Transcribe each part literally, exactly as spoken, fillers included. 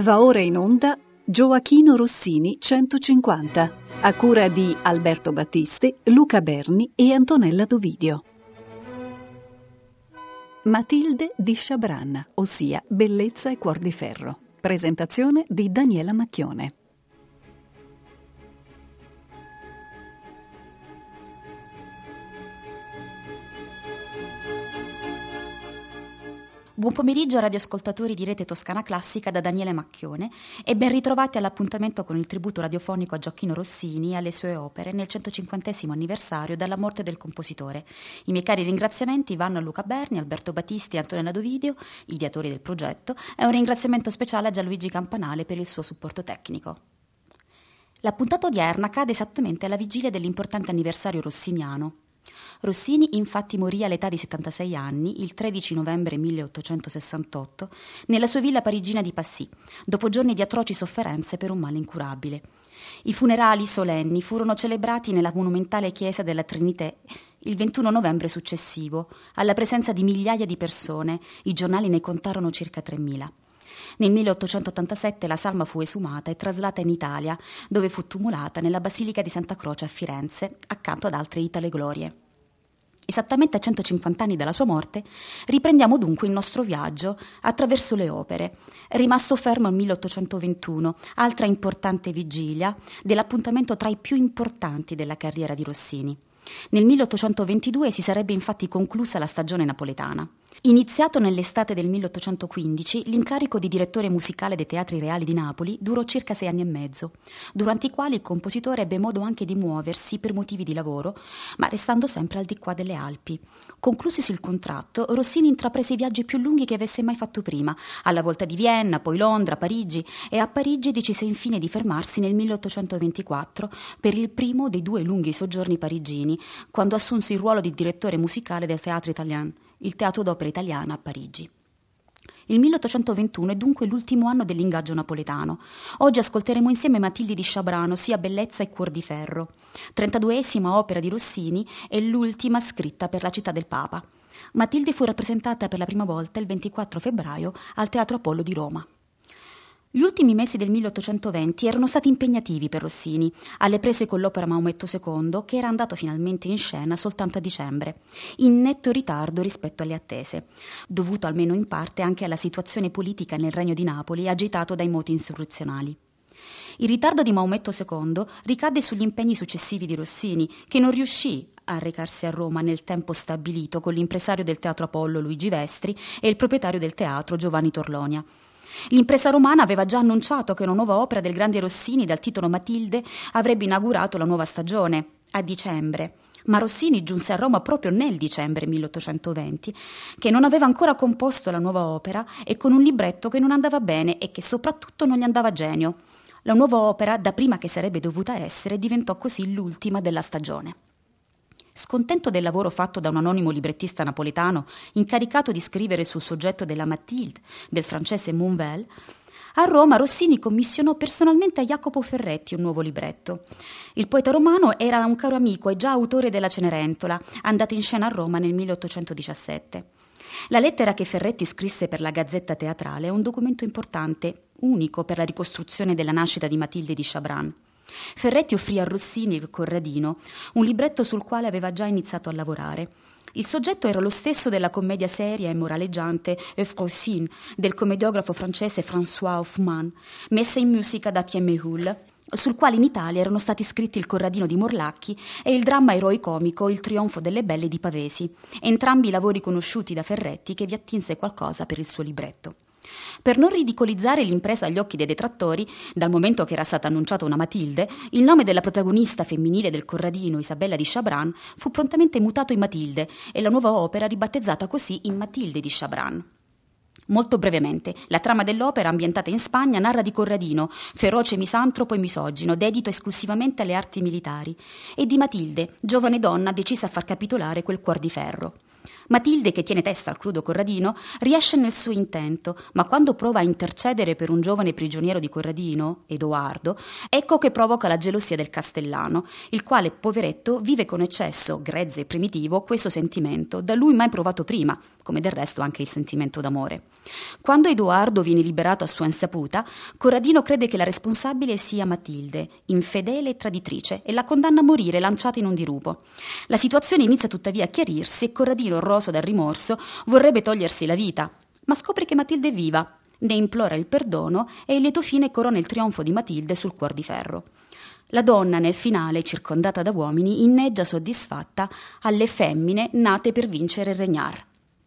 Va ora in onda Gioachino Rossini centocinquanta, a cura di Alberto Battisti, Luca Berni e Antonella Dovidio. Matilde di Chabran, ossia Bellezza e Cuor di Ferro. Presentazione di Daniela Macchione. Buon pomeriggio radioascoltatori di Rete Toscana Classica da Daniele Macchione e ben ritrovati all'appuntamento con il tributo radiofonico a Gioachino Rossini e alle sue opere nel centocinquantesimo anniversario dalla morte del compositore. I miei cari ringraziamenti vanno a Luca Berni, Alberto Battisti e Antonella Dovidio, ideatori del progetto, e un ringraziamento speciale a Gianluigi Campanale per il suo supporto tecnico. La puntata odierna cade esattamente alla vigilia dell'importante anniversario rossiniano. Rossini infatti morì all'età di settantasei anni il tredici novembre milleottocentosessantotto nella sua villa parigina di Passy, dopo giorni di atroci sofferenze per un male incurabile. I funerali solenni furono celebrati nella monumentale chiesa della Trinité il ventuno novembre successivo, alla presenza di migliaia di persone. I giornali ne contarono circa tremila. Nel milleottocentottantasette la salma fu esumata e traslata in Italia, dove fu tumulata nella Basilica di Santa Croce a Firenze, accanto ad altre Itale glorie. Esattamente a centocinquanta anni dalla sua morte, riprendiamo dunque il nostro viaggio attraverso le opere, rimasto fermo al milleottocentoventuno, altra importante vigilia dell'appuntamento tra i più importanti della carriera di Rossini. Nel milleottocentoventidue si sarebbe infatti conclusa la stagione napoletana. Iniziato nell'estate del milleottocentoquindici, l'incarico di direttore musicale dei Teatri Reali di Napoli durò circa sei anni e mezzo, durante i quali il compositore ebbe modo anche di muoversi per motivi di lavoro, ma restando sempre al di qua delle Alpi. Conclusisi il contratto, Rossini intraprese i viaggi più lunghi che avesse mai fatto prima, alla volta di Vienna, poi Londra, Parigi, e a Parigi decise infine di fermarsi nel milleottocentoventiquattro per il primo dei due lunghi soggiorni parigini, quando assunse il ruolo di direttore musicale del Théâtre Italien, il teatro d'opera italiana a Parigi. Il milleottocentoventuno è dunque l'ultimo anno dell'ingaggio napoletano. Oggi ascolteremo insieme Matilde di Chabran, ossia Bellezza e Cuor di Ferro, trentaduesima opera di Rossini e l'ultima scritta per la città del Papa. Matilde fu rappresentata per la prima volta il ventiquattro febbraio al Teatro Apollo di Roma. Gli ultimi mesi del milleottocentoventi erano stati impegnativi per Rossini, alle prese con l'opera Maometto secondo, che era andato finalmente in scena soltanto a dicembre, in netto ritardo rispetto alle attese, dovuto almeno in parte anche alla situazione politica nel Regno di Napoli agitato dai moti insurrezionali. Il ritardo di Maometto secondo ricadde sugli impegni successivi di Rossini, che non riuscì a recarsi a Roma nel tempo stabilito con l'impresario del Teatro Apollo Luigi Vestri e il proprietario del teatro Giovanni Torlonia. L'impresa romana aveva già annunciato che una nuova opera del grande Rossini dal titolo Matilde avrebbe inaugurato la nuova stagione a dicembre, ma Rossini giunse a Roma proprio nel dicembre milleottocentoventi, che non aveva ancora composto la nuova opera e con un libretto che non andava bene e che soprattutto non gli andava a genio. La nuova opera, da prima che sarebbe dovuta essere, diventò così l'ultima della stagione. Scontento del lavoro fatto da un anonimo librettista napoletano incaricato di scrivere sul soggetto della Mathilde del francese Monvel, a Roma Rossini commissionò personalmente a Jacopo Ferretti un nuovo libretto. Il poeta romano era un caro amico e già autore della Cenerentola, andata in scena a Roma nel milleottocentodiciassette. La lettera che Ferretti scrisse per la Gazzetta Teatrale è un documento importante, unico per la ricostruzione della nascita di Matilde di Chabran. Ferretti offrì a Rossini il Corradino, un libretto sul quale aveva già iniziato a lavorare. Il soggetto era lo stesso della commedia seria e moraleggiante Euphrosine del commediografo francese François Hoffmann, messa in musica da Thierry Méhul, sul quale in Italia erano stati scritti il Corradino di Morlacchi e il dramma eroicomico Il trionfo delle belle di Pavesi, entrambi lavori conosciuti da Ferretti, che vi attinse qualcosa per il suo libretto. Per non ridicolizzare l'impresa agli occhi dei detrattori, dal momento che era stata annunciata una Matilde, il nome della protagonista femminile del Corradino, Isabella di Chabran, fu prontamente mutato in Matilde e la nuova opera ribattezzata così in Matilde di Chabran. Molto brevemente, la trama dell'opera, ambientata in Spagna, narra di Corradino, feroce misantropo e misogino, dedito esclusivamente alle arti militari, e di Matilde, giovane donna decisa a far capitolare quel cuor di ferro. Matilde, che tiene testa al crudo Corradino, riesce nel suo intento, ma quando prova a intercedere per un giovane prigioniero di Corradino, Edoardo, ecco che provoca la gelosia del castellano, il quale, poveretto, vive con eccesso, grezzo e primitivo, questo sentimento, da lui mai provato prima, come del resto anche il sentimento d'amore. Quando Edoardo viene liberato a sua insaputa, Corradino crede che la responsabile sia Matilde, infedele e traditrice, e la condanna a morire lanciata in un dirupo. La situazione inizia tuttavia a chiarirsi e Corradino, roso dal rimorso, vorrebbe togliersi la vita, ma scopre che Matilde è viva, ne implora il perdono e il lieto fine corona il trionfo di Matilde sul cuor di ferro. La donna nel finale, circondata da uomini, inneggia soddisfatta alle femmine nate per vincere e regnar.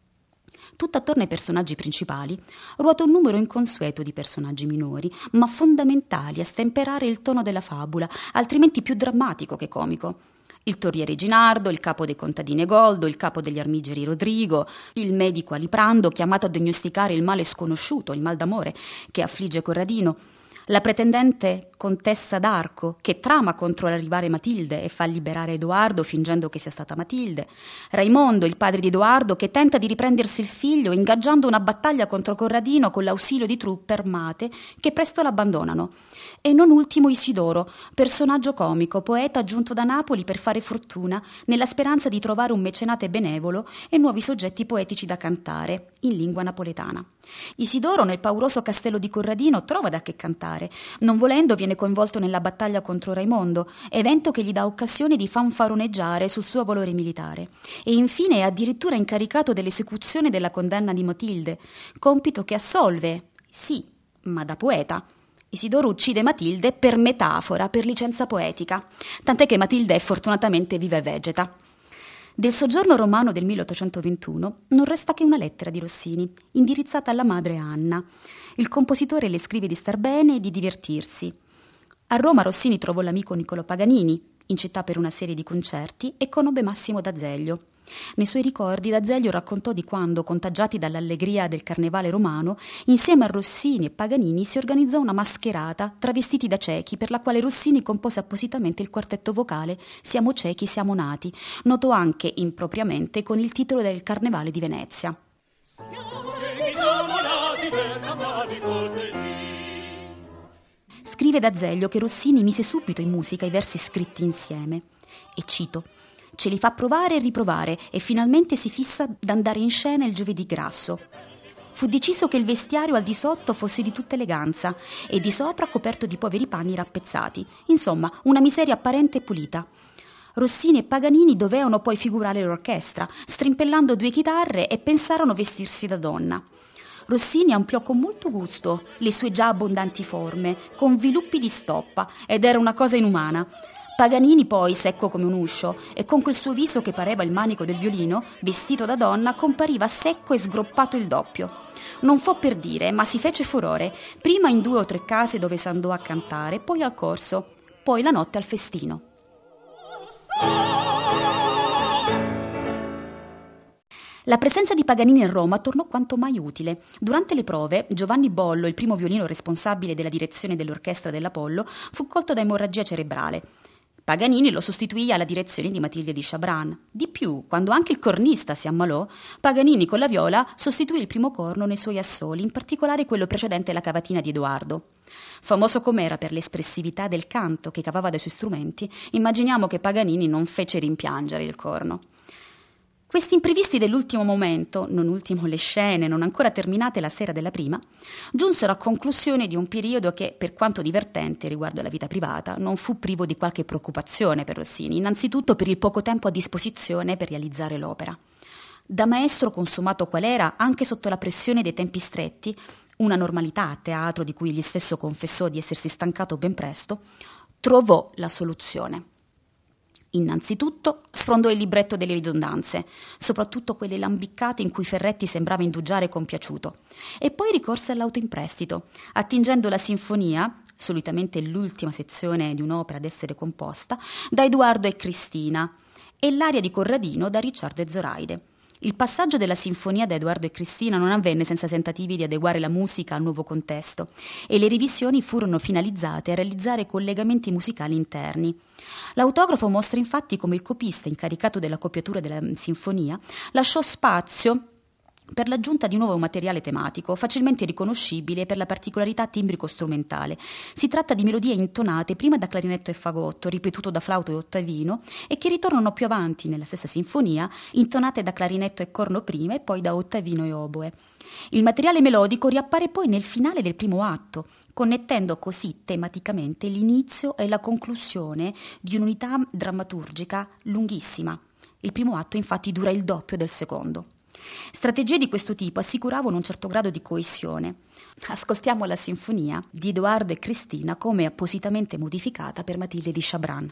Tutto attorno ai personaggi principali ruota un numero inconsueto di personaggi minori, ma fondamentali a stemperare il tono della fabula, altrimenti più drammatico che comico. Il torriere Ginardo, il capo dei contadini Goldo, il capo degli armigeri Rodrigo, il medico Aliprando, chiamato a diagnosticare il male sconosciuto, il mal d'amore che affligge Corradino, la pretendente contessa d'Arco che trama contro l'arrivare Matilde e fa liberare Edoardo fingendo che sia stata Matilde, Raimondo, il padre di Edoardo, che tenta di riprendersi il figlio ingaggiando una battaglia contro Corradino con l'ausilio di truppe armate che presto l'abbandonano, e non ultimo Isidoro, personaggio comico, poeta giunto da Napoli per fare fortuna nella speranza di trovare un mecenate benevolo e nuovi soggetti poetici da cantare in lingua napoletana. Isidoro nel pauroso castello di Corradino trova da che cantare, non volendo viene coinvolto nella battaglia contro Raimondo, evento che gli dà occasione di fanfaroneggiare sul suo valore militare, e infine è addirittura incaricato dell'esecuzione della condanna di Matilde, compito che assolve, sì, ma da poeta. Isidoro uccide Matilde per metafora, per licenza poetica, tant'è che Matilde è fortunatamente viva e vegeta. Del soggiorno romano del milleottocentoventuno non resta che una lettera di Rossini, indirizzata alla madre Anna. Il compositore le scrive di star bene e di divertirsi. A Roma Rossini trovò l'amico Niccolò Paganini, in città per una serie di concerti, e conobbe Massimo D'Azeglio. Nei suoi ricordi D'Azeglio raccontò di quando, contagiati dall'allegria del carnevale romano, insieme a Rossini e Paganini si organizzò una mascherata travestiti da ciechi, per la quale Rossini compose appositamente il quartetto vocale Siamo ciechi, siamo nati, noto anche impropriamente con il titolo del Carnevale di Venezia. Siamo ciechi, siamo nati per amare cortesia. Scrive D'Azeglio che Rossini mise subito in musica i versi scritti insieme, e cito: ce li fa provare e riprovare e finalmente si fissa d'andare in scena il giovedì grasso. Fu deciso che il vestiario al di sotto fosse di tutta eleganza e di sopra coperto di poveri panni rappezzati, insomma una miseria apparente e pulita. Rossini e Paganini dovevano poi figurare l'orchestra, strimpellando due chitarre, e pensarono vestirsi da donna. Rossini ampliò con molto gusto le sue già abbondanti forme, con viluppi di stoppa, ed era una cosa inumana. Paganini poi, secco come un uscio, e con quel suo viso che pareva il manico del violino, vestito da donna, compariva secco e sgroppato il doppio. Non fo per dire, ma si fece furore, prima in due o tre case dove s'andò a cantare, poi al corso, poi la notte al festino. La presenza di Paganini in Roma tornò quanto mai utile. Durante le prove, Giovanni Bollo, il primo violino responsabile della direzione dell'orchestra dell'Apollo, fu colto da emorragia cerebrale. Paganini lo sostituì alla direzione di Matilde di Chabran. Di più, quando anche il cornista si ammalò, Paganini con la viola sostituì il primo corno nei suoi assoli, in particolare quello precedente alla cavatina di Edoardo. Famoso com'era per l'espressività del canto che cavava dai suoi strumenti, immaginiamo che Paganini non fece rimpiangere il corno. Questi imprevisti dell'ultimo momento, non ultimo le scene non ancora terminate la sera della prima, giunsero a conclusione di un periodo che, per quanto divertente riguardo alla vita privata, non fu privo di qualche preoccupazione per Rossini, innanzitutto per il poco tempo a disposizione per realizzare l'opera. Da maestro consumato qual era, anche sotto la pressione dei tempi stretti, una normalità a teatro di cui egli stesso confessò di essersi stancato ben presto, trovò la soluzione. Innanzitutto sfrondò il libretto delle ridondanze, soprattutto quelle lambiccate in cui Ferretti sembrava indugiare compiaciuto, e poi ricorse all'autoimprestito, attingendo la sinfonia, solitamente l'ultima sezione di un'opera ad essere composta, da Edoardo e Cristina, e l'aria di Corradino da Ricciardo e Zoraide. Il passaggio della sinfonia da Edoardo e Cristina non avvenne senza tentativi di adeguare la musica al nuovo contesto, e le revisioni furono finalizzate a realizzare collegamenti musicali interni. L'autografo mostra infatti come il copista incaricato della copiatura della sinfonia lasciò spazio per l'aggiunta di nuovo materiale tematico, facilmente riconoscibile per la particolarità timbrico-strumentale. Si tratta di melodie intonate prima da clarinetto e fagotto, ripetuto da flauto e ottavino, e che ritornano più avanti nella stessa sinfonia, intonate da clarinetto e corno prima e poi da ottavino e oboe. Il materiale melodico riappare poi nel finale del primo atto, connettendo così tematicamente l'inizio e la conclusione di un'unità drammaturgica lunghissima. Il primo atto infatti dura il doppio del secondo. Strategie di questo tipo assicuravano un certo grado di coesione. Ascoltiamo la sinfonia di Edoardo e Cristina come appositamente modificata per Matilde di Chabran.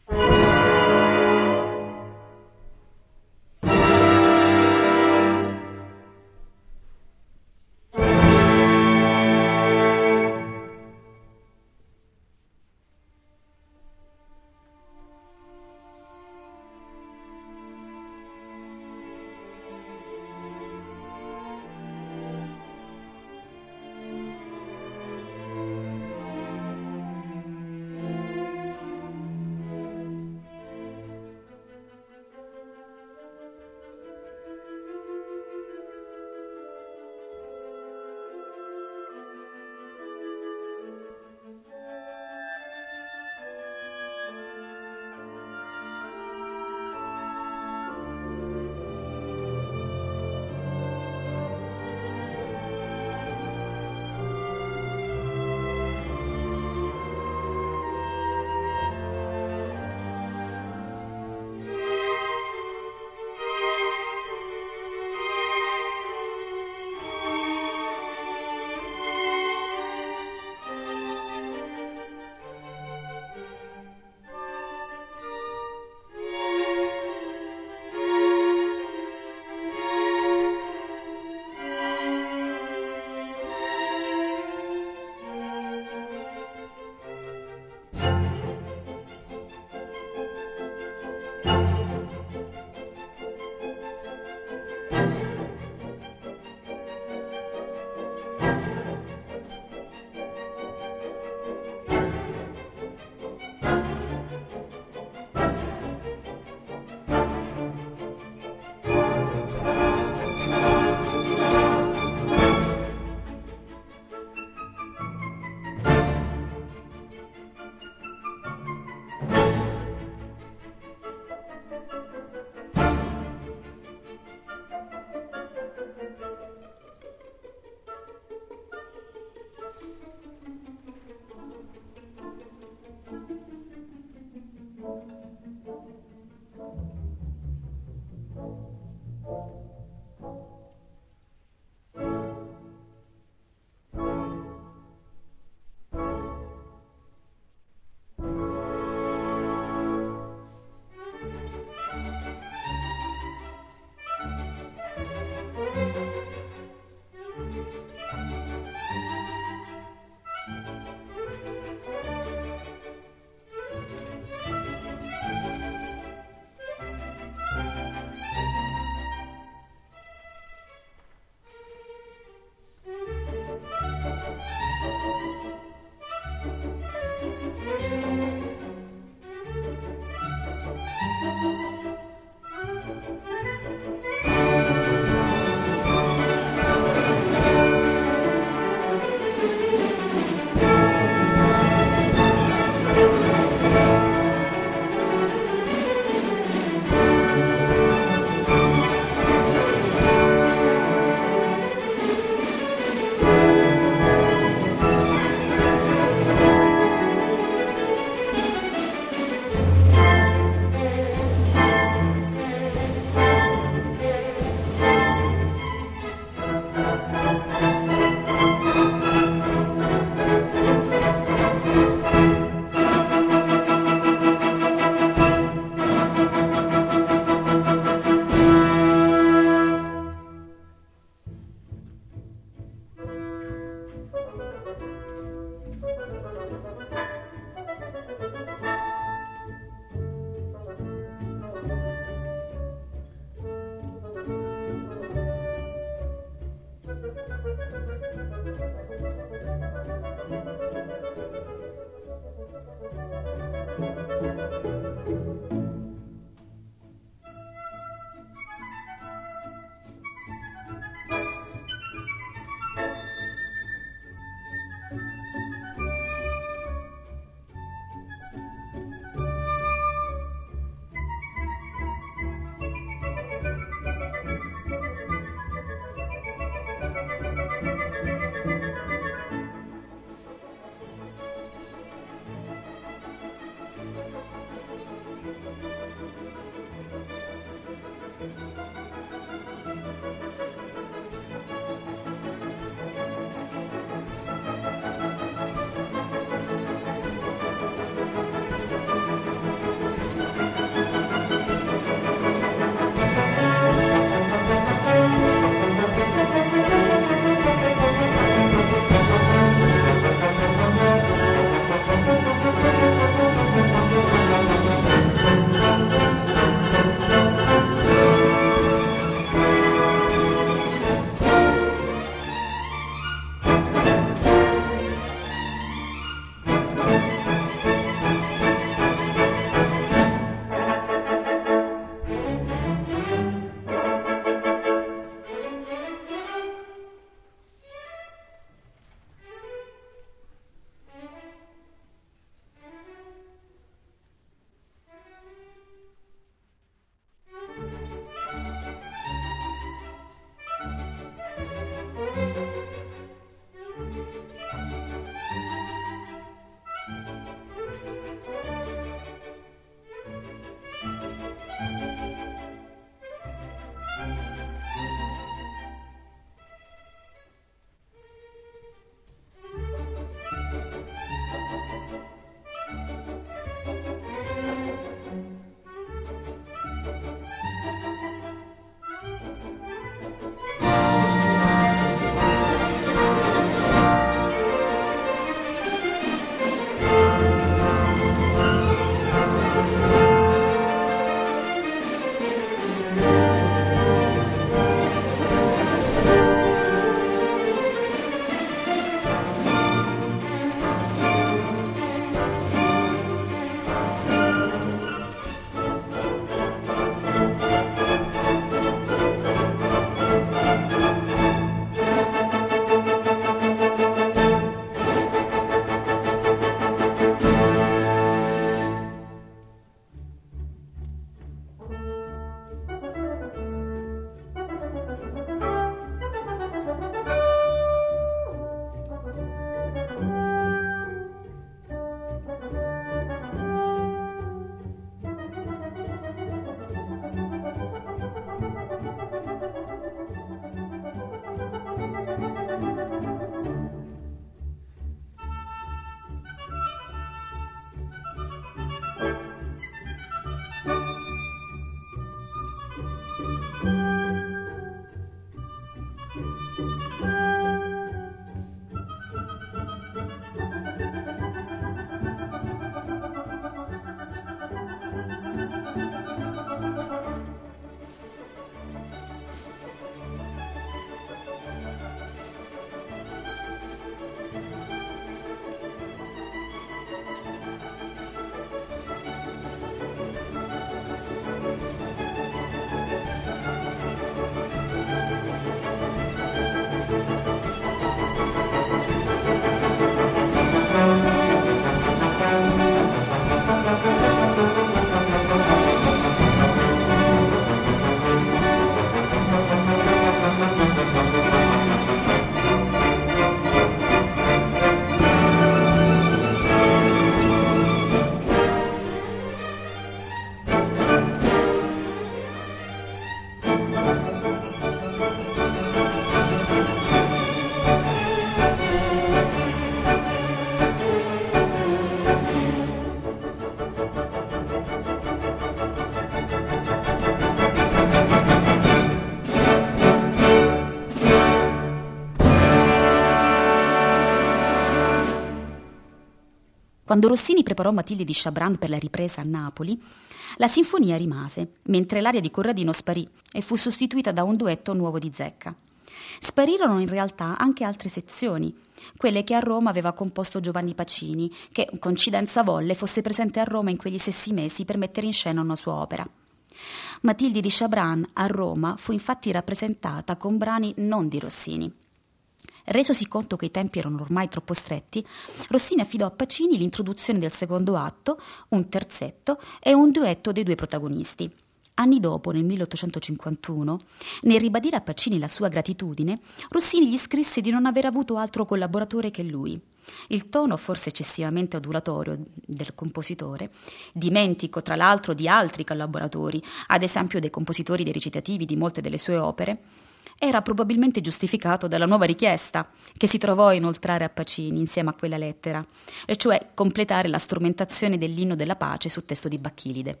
Quando Rossini preparò Matilde di Chabran per la ripresa a Napoli, la sinfonia rimase, mentre l'aria di Corradino sparì e fu sostituita da un duetto nuovo di Zecca. Sparirono in realtà anche altre sezioni, quelle che a Roma aveva composto Giovanni Pacini, che, coincidenza volle, fosse presente a Roma in quegli stessi mesi per mettere in scena una sua opera. Matilde di Chabran a Roma fu infatti rappresentata con brani non di Rossini. Resosi conto che i tempi erano ormai troppo stretti, Rossini affidò a Pacini l'introduzione del secondo atto, un terzetto e un duetto dei due protagonisti. Anni dopo, nel milleottocentocinquantuno, nel ribadire a Pacini la sua gratitudine, Rossini gli scrisse di non aver avuto altro collaboratore che lui. Il tono, forse eccessivamente adulatorio, del compositore, dimentico tra l'altro di altri collaboratori, ad esempio dei compositori dei recitativi di molte delle sue opere, era probabilmente giustificato dalla nuova richiesta che si trovò a inoltrare a Pacini insieme a quella lettera, e cioè completare la strumentazione dell'inno della pace su testo di Bacchilide.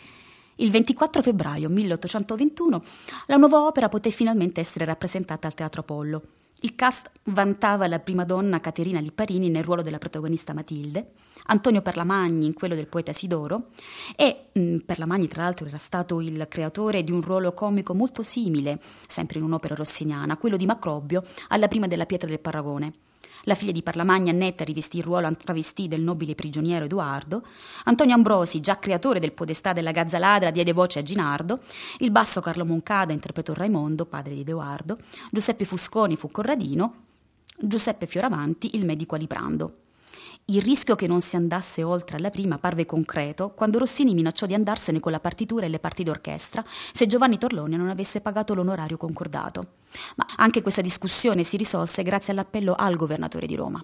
Il ventiquattro febbraio milleottocentoventuno la nuova opera poté finalmente essere rappresentata al Teatro Apollo. Il cast vantava la prima donna Caterina Lipparini nel ruolo della protagonista Matilde, Antonio Perlamagni in quello del poeta Isidoro e mh, Perlamagni tra l'altro era stato il creatore di un ruolo comico molto simile, sempre in un'opera rossiniana, quello di Macrobio alla prima della Pietra del Paragone. La figlia di Perlamagni, Annetta, rivestì il ruolo travestì del nobile prigioniero Edoardo, Antonio Ambrosi, già creatore del podestà della Gazza Ladra, diede voce a Ginardo, il basso Carlo Moncada interpretò Raimondo, padre di Edoardo, Giuseppe Fusconi fu Corradino, Giuseppe Fioravanti il medico Aliprando. Il rischio che non si andasse oltre alla prima parve concreto quando Rossini minacciò di andarsene con la partitura e le parti d'orchestra se Giovanni Torlone non avesse pagato l'onorario concordato. Ma anche questa discussione si risolse grazie all'appello al governatore di Roma.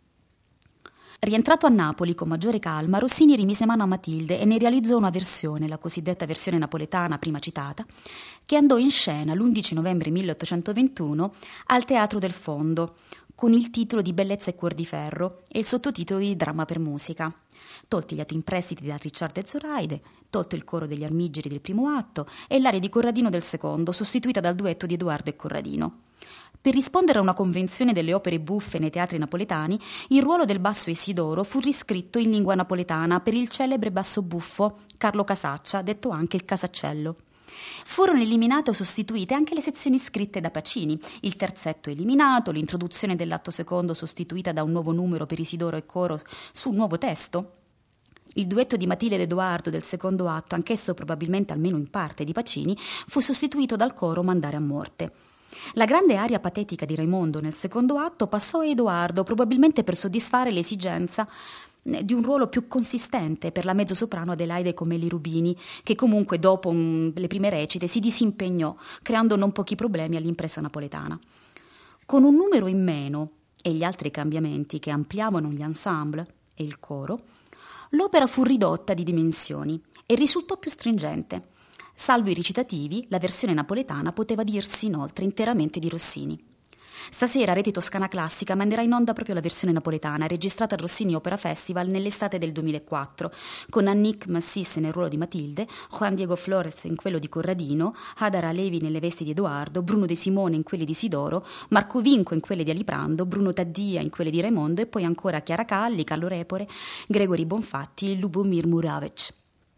Rientrato a Napoli con maggiore calma, Rossini rimise mano a Matilde e ne realizzò una versione, la cosiddetta versione napoletana prima citata, che andò in scena l'undici novembre milleottocentoventuno al Teatro del Fondo, con il titolo di Bellezza e Cuor di Ferro e il sottotitolo di Dramma per musica. Tolti gli atti in prestiti da Ricciardo e Zoraide, tolto il coro degli Armigeri del primo atto e l'aria di Corradino del secondo, sostituita dal duetto di Edoardo e Corradino. Per rispondere a una convenzione delle opere buffe nei teatri napoletani, il ruolo del basso Isidoro fu riscritto in lingua napoletana per il celebre basso buffo Carlo Casaccia, detto anche il Casaccello. Furono eliminate o sostituite anche le sezioni scritte da Pacini, il terzetto eliminato, l'introduzione dell'atto secondo sostituita da un nuovo numero per Isidoro e coro su un nuovo testo. Il duetto di Matilde ed Edoardo del secondo atto, anch'esso probabilmente almeno in parte di Pacini, fu sostituito dal coro Mandare a morte. La grande aria patetica di Raimondo nel secondo atto passò a Edoardo, probabilmente per soddisfare l'esigenza di un ruolo più consistente per la mezzosoprano Adelaide Comelli Rubini, che comunque dopo um, le prime recite si disimpegnò, creando non pochi problemi all'impresa napoletana. Con un numero in meno e gli altri cambiamenti che ampliavano gli ensemble e il coro, l'opera fu ridotta di dimensioni e risultò più stringente. Salvo i recitativi, la versione napoletana poteva dirsi inoltre interamente di Rossini. Stasera Rete Toscana Classica manderà in onda proprio la versione napoletana, registrata al Rossini Opera Festival nell'estate del duemilaquattro, con Annick Massisse nel ruolo di Matilde, Juan Diego Flores in quello di Corradino, Hadara Levi nelle vesti di Edoardo, Bruno De Simone in quelle di Isidoro, Marco Vinco in quelle di Aliprando, Bruno Taddia in quelle di Raimondo e poi ancora Chiara Calli, Carlo Repore, Gregori Bonfatti e Lubomir Muravec.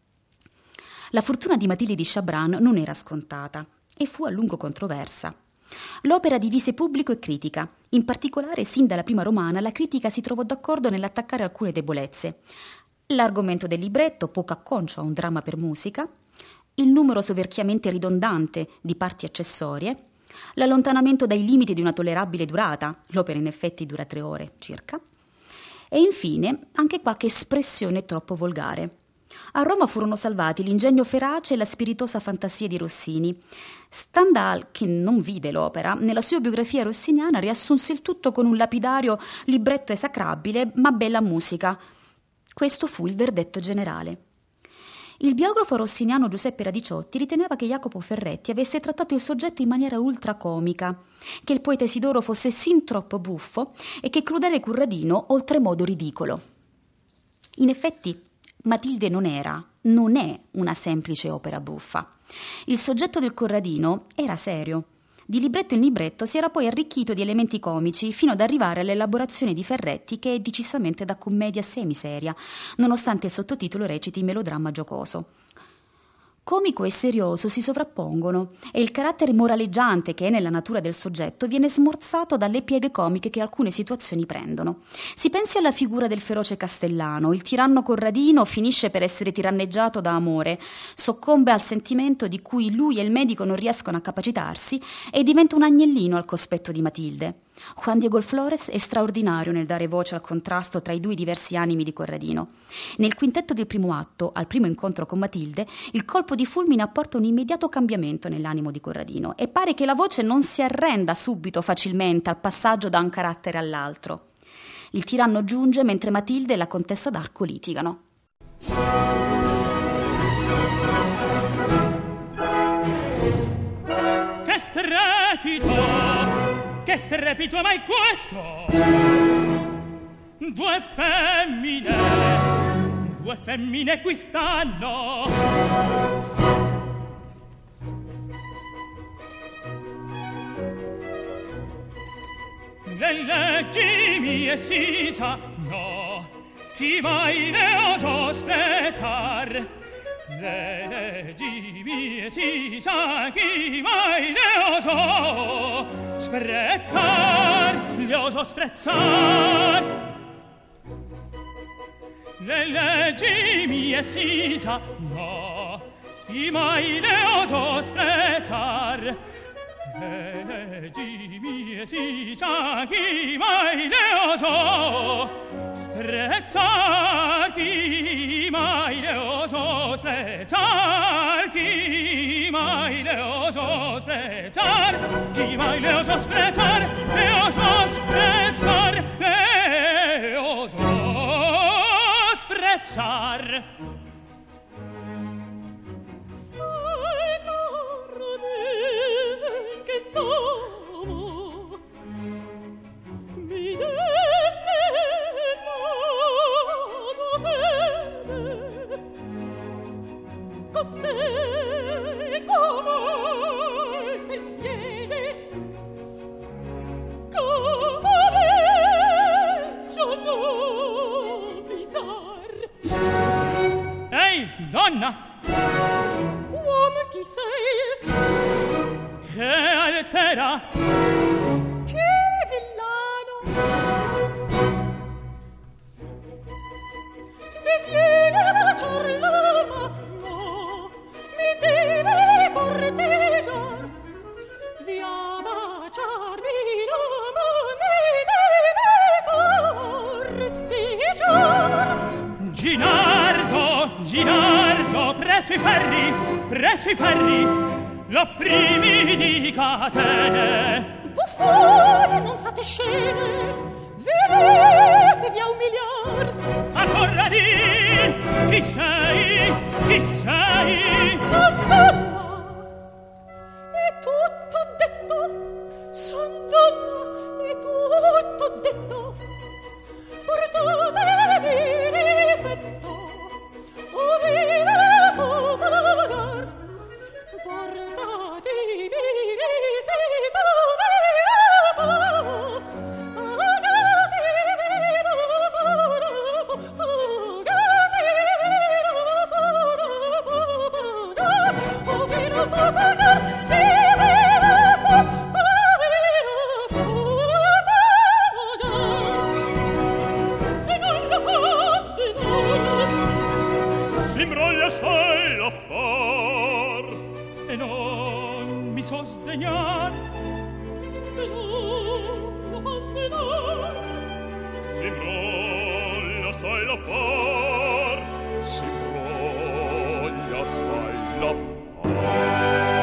La fortuna di Matilde di Chabran non era scontata e fu a lungo controversa. L'opera divise pubblico e critica. In particolare, sin dalla prima romana, la critica si trovò d'accordo nell'attaccare alcune debolezze. L'argomento del libretto, poco acconcio a un dramma per musica, il numero soverchiamente ridondante di parti accessorie, l'allontanamento dai limiti di una tollerabile durata, l'opera in effetti dura tre ore circa, e infine anche qualche espressione troppo volgare. A Roma furono salvati l'ingegno ferace e la spiritosa fantasia di Rossini. Stendhal, che non vide l'opera, nella sua biografia rossiniana riassunse il tutto con un lapidario libretto esecrabile ma bella musica. Questo fu il verdetto generale. Il biografo rossiniano Giuseppe Radiciotti riteneva che Jacopo Ferretti avesse trattato il soggetto in maniera ultracomica, che il poeta Isidoro fosse sin troppo buffo e che Crudele Corradino oltremodo ridicolo. In effetti, Matilde non era, non è una semplice opera buffa. Il soggetto del Corradino era serio, Di libretto in libretto si era poi arricchito di elementi comici fino ad arrivare all'elaborazione di Ferretti, che è decisamente da commedia semiseria, nonostante il sottotitolo reciti melodramma giocoso. Comico e serioso si sovrappongono e il carattere moraleggiante che è nella natura del soggetto viene smorzato dalle pieghe comiche che alcune situazioni prendono. Si pensi alla figura del feroce Castellano. Il tiranno Corradino finisce per essere tiranneggiato da amore, soccombe al sentimento di cui lui e il medico non riescono a capacitarsi e diventa un agnellino al cospetto di Matilde. Juan Diego Flores è straordinario nel dare voce al contrasto tra i due diversi animi di Corradino. Nel quintetto del primo atto, al primo incontro con Matilde, il colpo di fulmine apporta un immediato cambiamento nell'animo di Corradino e pare che la voce non si arrenda subito facilmente al passaggio da un carattere all'altro. Il tiranno giunge mentre Matilde e la contessa d'Arco litigano. Che strepito! Che strepito mai questo? Due femmine, due femmine qui stanno. Le leggi mie si sa, no, chi mai le oso spezzar. Le leggi mie si sa, chi mai le oso sprezzar, le oso sprezzar. Le leggi mie si sa, no, chi mai le oso sprezzar. Le leggi mie si sa, chi mai le oso sprezzar, chi mai le oso sprezzar, chi mai le oso sprezzar, chi mai le oso sprezzar, le oso sprezzar, le oso sprezzar. Sai caro me che t'amo, mi deste costei come se chiede, come veggio dubitar. Ehi, donna! Uomo, chi sei? Che altera? Che villano! Mi viene a baciar la mano, mi deve corteggiar, via baciarmi la mano, mi deve corteggiar. Ginardo, Ginardo, presso i ferri, presso i ferri, l'opprimi di catene. Buffoni, non fate scene, venite via umiliar. A Corradin, chi sei, chi sei? Son donna, è tutto detto, son donna, è tutto detto. Portatemi rispetto, o vi devo pagar. Portatemi rispetto, vi devo pagar. S'imbroglia sai l'affar e non mi so sdegnar, e non lo fa svedar. S'imbroglia sai l'affar, s'imbroglia sai l'affar.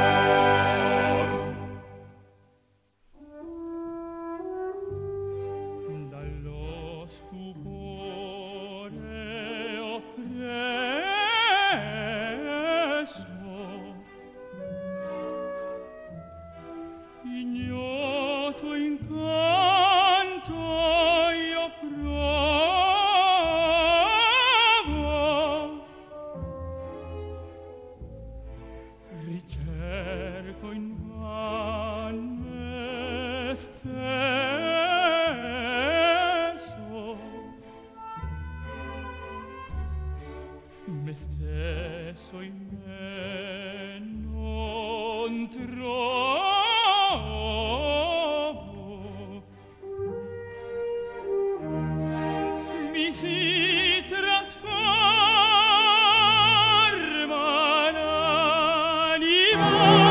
Dallo stupore oppresso ignoto incanto io provo, stesso, me stesso in me non trovo, mi si trasforma l'anima,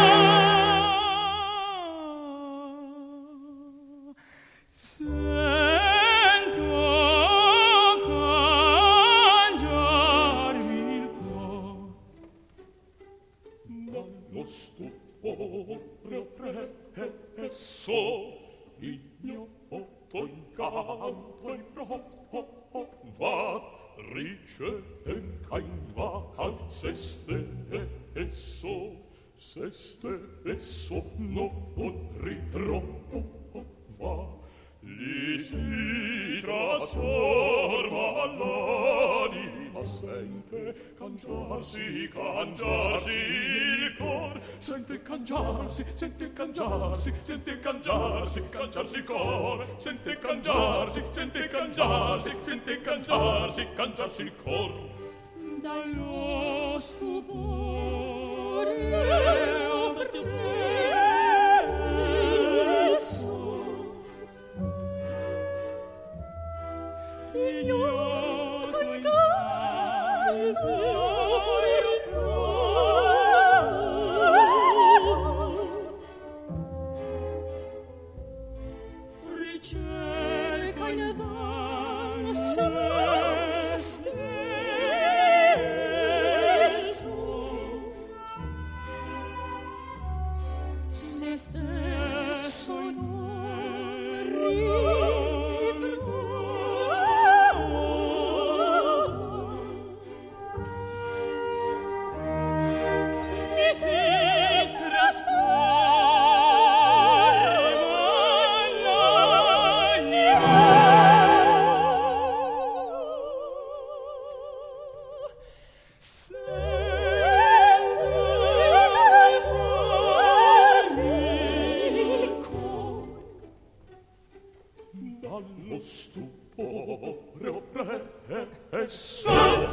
sento cangiarmi il cor, dallo stupore oppresso ignoto incanto in prova ricerca invano se stesso, se stesso non ritrova, gli si trasforma l'anima, sente cangiarsi, cangiarsi il cor, sente cangiarsi, sente cangiarsi, sente cangiarsi, cangiarsi il cor, sente cangiarsi, sente cangiarsi, sente cangiarsi, cangiarsi il cor. Dallo stupore oppresso ignoto incanto in prova, ricerca invano se stesso, se stesso non ritrova, mi si trasforma l'anima, sento cangiarsi il cor, dallo stupore oppresso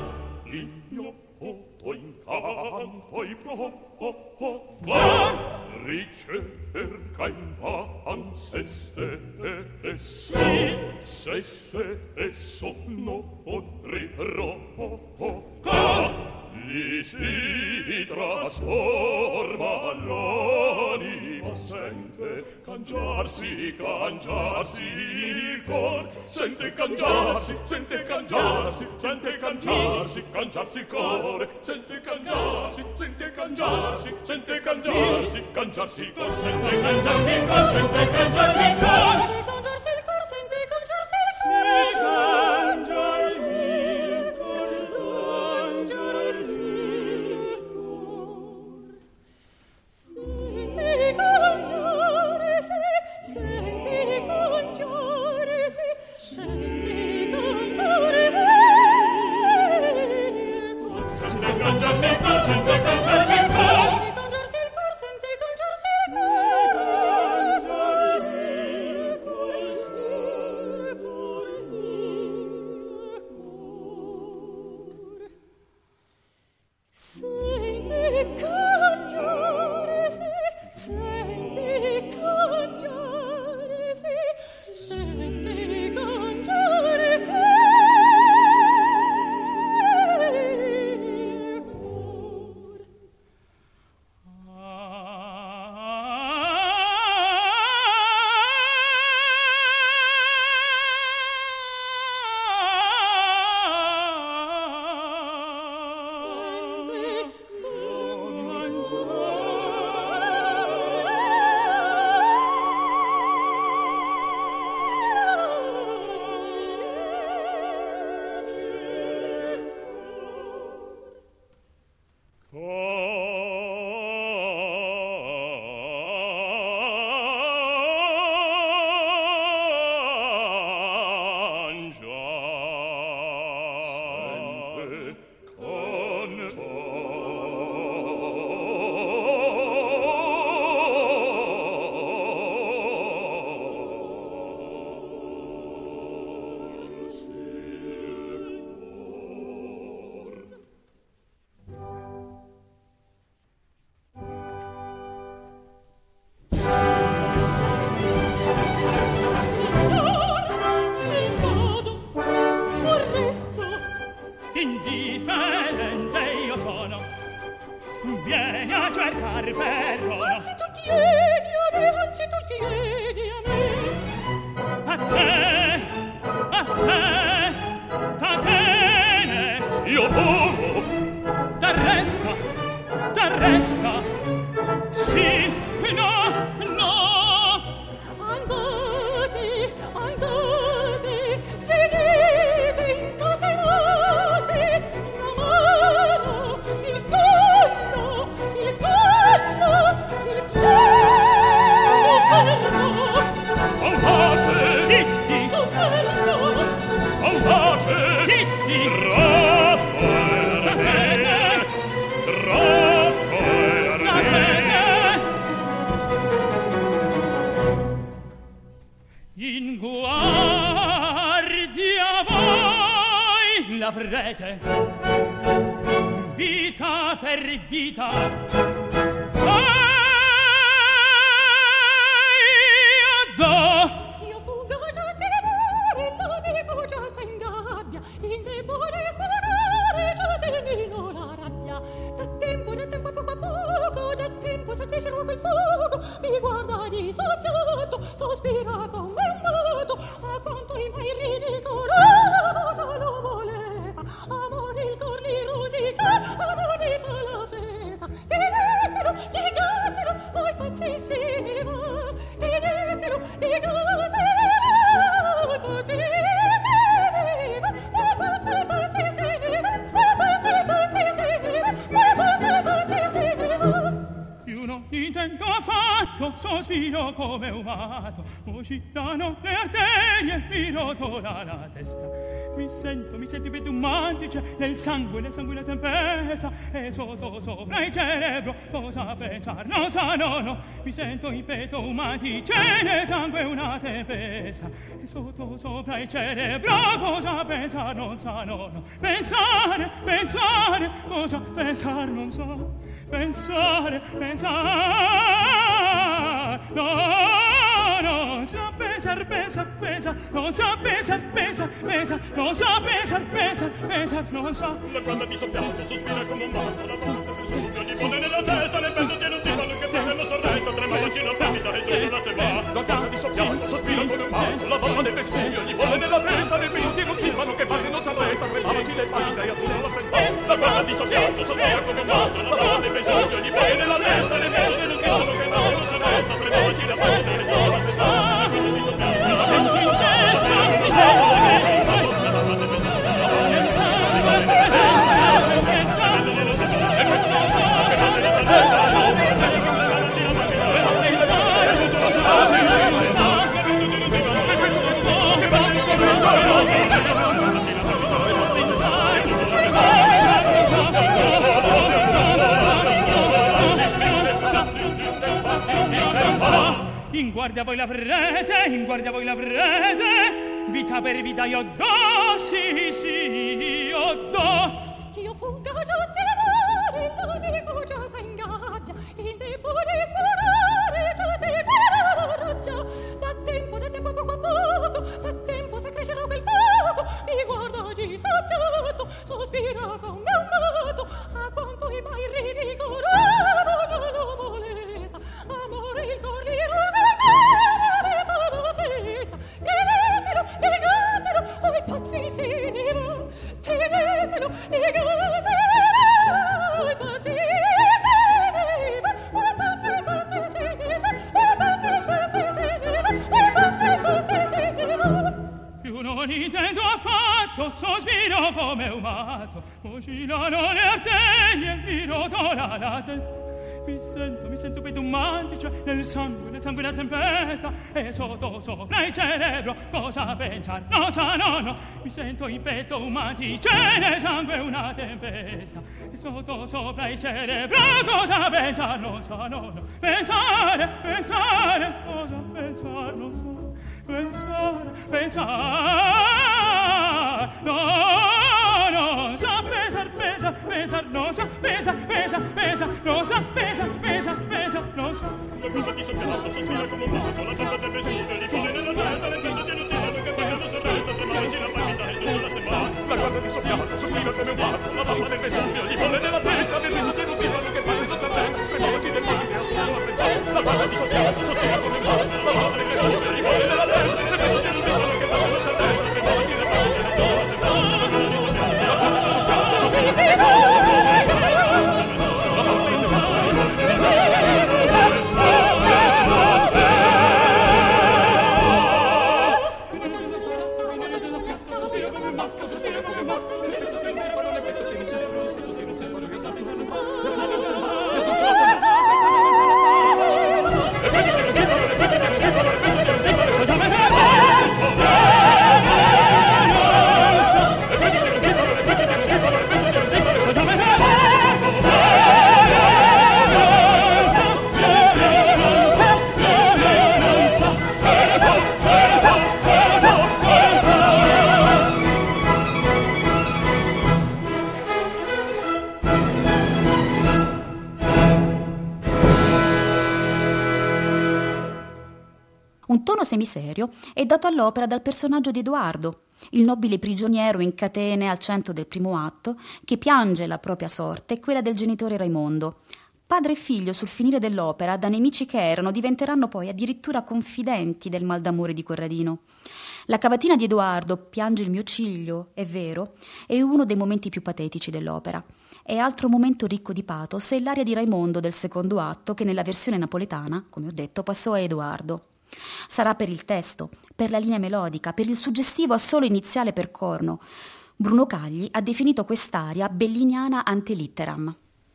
ignoto incanto in prova, ricerca invan se stesso, se stesso non ritrova, gli si trasforma l'anima, sente cangiarsi, cangiarsi il cor, sente cangiarsi, sente cangiarsi, sente cangiarsi, cangiarsi il core, sente cangiarsi, sente cangiarsi, sente cangiarsi, cangiarsi il cor, sente cangiarsi il cor, sente cangiarsi il cor, sente cangiarsi il cor, sente cangiarsi il cor, sente cangiarsi il cor, sente cangiarsi il cor, sente cangiarsi il vieni a cercar perdono. Anzi tu chiedi a me, anzi tu chiedi a me. A te, a te, Catene, io poco. t'arresta, t'arresta. Sì, no, no. Andate, andate, finite incatenate, la mano, il collo, il collo, il collo. Audace, Zitti, Soltanto, audace, zitti. troppo ardere, troppo ardere. In guardia voi l'avrete, vita per vita. Io do. io fuga già temore, l'amico già sta in gabbia, in debole furore già termino la rabbia. Da tempo, da tempo, poco a poco, da tempo s'accresce luogo il fuoco, mi guarda di soppiatto, sospira come un matto, a quanto i mai ridicolo, già lo molesta, amor il cor li rosica, amor li fa la festa. Tenetelo, legatelo, oi pazzissimo, tenetelo, legatelo, oi pazzissimo, oi pazzi, pazzissimo, oi pazzi, pazzissimo, oi pazzi, pazzissimo. Io non intendo affatto, sospiro come un matto, oscillano le arterie, mi rotola la testa. Mi sento, mi sento i petto un mantice, nel sangue, nel sangue una tempesta, e sotto sopra il cerebro, cosa pensar, non sa, no, no. Mi sento in petto un mantice, nel sangue una tempesta, e sotto sopra il cerebro, cosa pensar, non sa, no, no. Pensare, pensare, cosa pensar, non sa. Pensare, pensare, no, non sa pensar, pensar, pensar, non sa pensar, pensar, pensar, non sa pensar, pensar, pensar, non sa. La guarda di soppiatto, sospira come un matto, la voce del sogno gli pone nella testa, le pelle tiene un gitano che fratello s'arresta, trema vicino a palpita e dolce la se va. La guarda di soppiatto, sospira come un matto, la voce del sogno gli pone nella testa, le pelle tiene un gitano che parte non s'arresta, trema vicino a palpita e dolce la se va. La guarda di soppiatto, sospira come un matto, la voce del sogno gli pone nella testa, le pelle tiene un gitano che parte non s'arresta, trema vicino a palpita e dolce la se va. Mi senti in testa, mi sento in guardia voi l'avrete, in guardia voi l'avrete, vita per vita io do, sì, sì, io do. Che io fugga già temore, l'amico già sta in gabbia, in debole furore già termina la rabbia. Da tempo, da tempo, poco a poco, da tempo s'accresce luogo il fuoco, mi guarda di soppiatto, sospira come un matto, a quanto i mai ridicolo, già lo molesta, amore il cor li rosica, mi fa la festa. Tenetelo, legatelo, oi pazzissimo, tenetelo, legatelo, oi pazzissimo, oi pazzi, pazzissimo, oi pazzi, pazzissimo, oi pazzi, pazzissimo. Io non intendo affatto, sospiro come un matto, oscillano le arterie, mi rotola la testa. Mi sento, mi sento petto un mantice, nel sangue, nel sangue una tempesta, e sotto sopra il cerebro, cosa pensar, non sa, no, no. Mi sento in petto un mantice, nel sangue una tempesta, e sotto sopra il cerebro, cosa pensar, non sa, no, no. Pensare, pensare, cosa pensar, non sa. Pensare, pensare, no, no, sa pensar, pensar, pensar, non sa, pensa, pensa, pensa, non sa, pensa, pensa, pensa, non sa. La guarda di soppiatto, sospira come un matto, la testa del Vesuvio gli pone nella testa, le pelle tiene un gitano che fratello s'arresta, trema vicino a palpita e dolce la se va. La guarda di soppiatto, sospira come un matto, la voce del Vesuvio gli pone nella testa, le pelle tiene un gitano che fratello donna di soffiato sospira come un matto, la morte del Vesuvio gli vuole nella testa, e vedo di un piccolo che parla senza testa, che va a girare nella tua senza testa, di soffiato, la donna di soffiato sospira come un matto, la morte del Vesuvio gli vuole nella Un tono semiserio è dato all'opera dal personaggio di Edoardo, il nobile prigioniero in catene al centro del primo atto, che piange la propria sorte e quella del genitore Raimondo. Padre e figlio, sul finire dell'opera, da nemici che erano, diventeranno poi addirittura confidenti del mal d'amore di Corradino. La cavatina di Edoardo, Piange il mio ciglio, è vero, è uno dei momenti più patetici dell'opera. E altro momento ricco di pathos è l'aria di Raimondo del secondo atto, che nella versione napoletana, come ho detto, passò a Edoardo. Sarà per il testo, per la linea melodica, per il suggestivo assolo iniziale per corno. Bruno Cagli ha definito quest'aria belliniana ante litteram.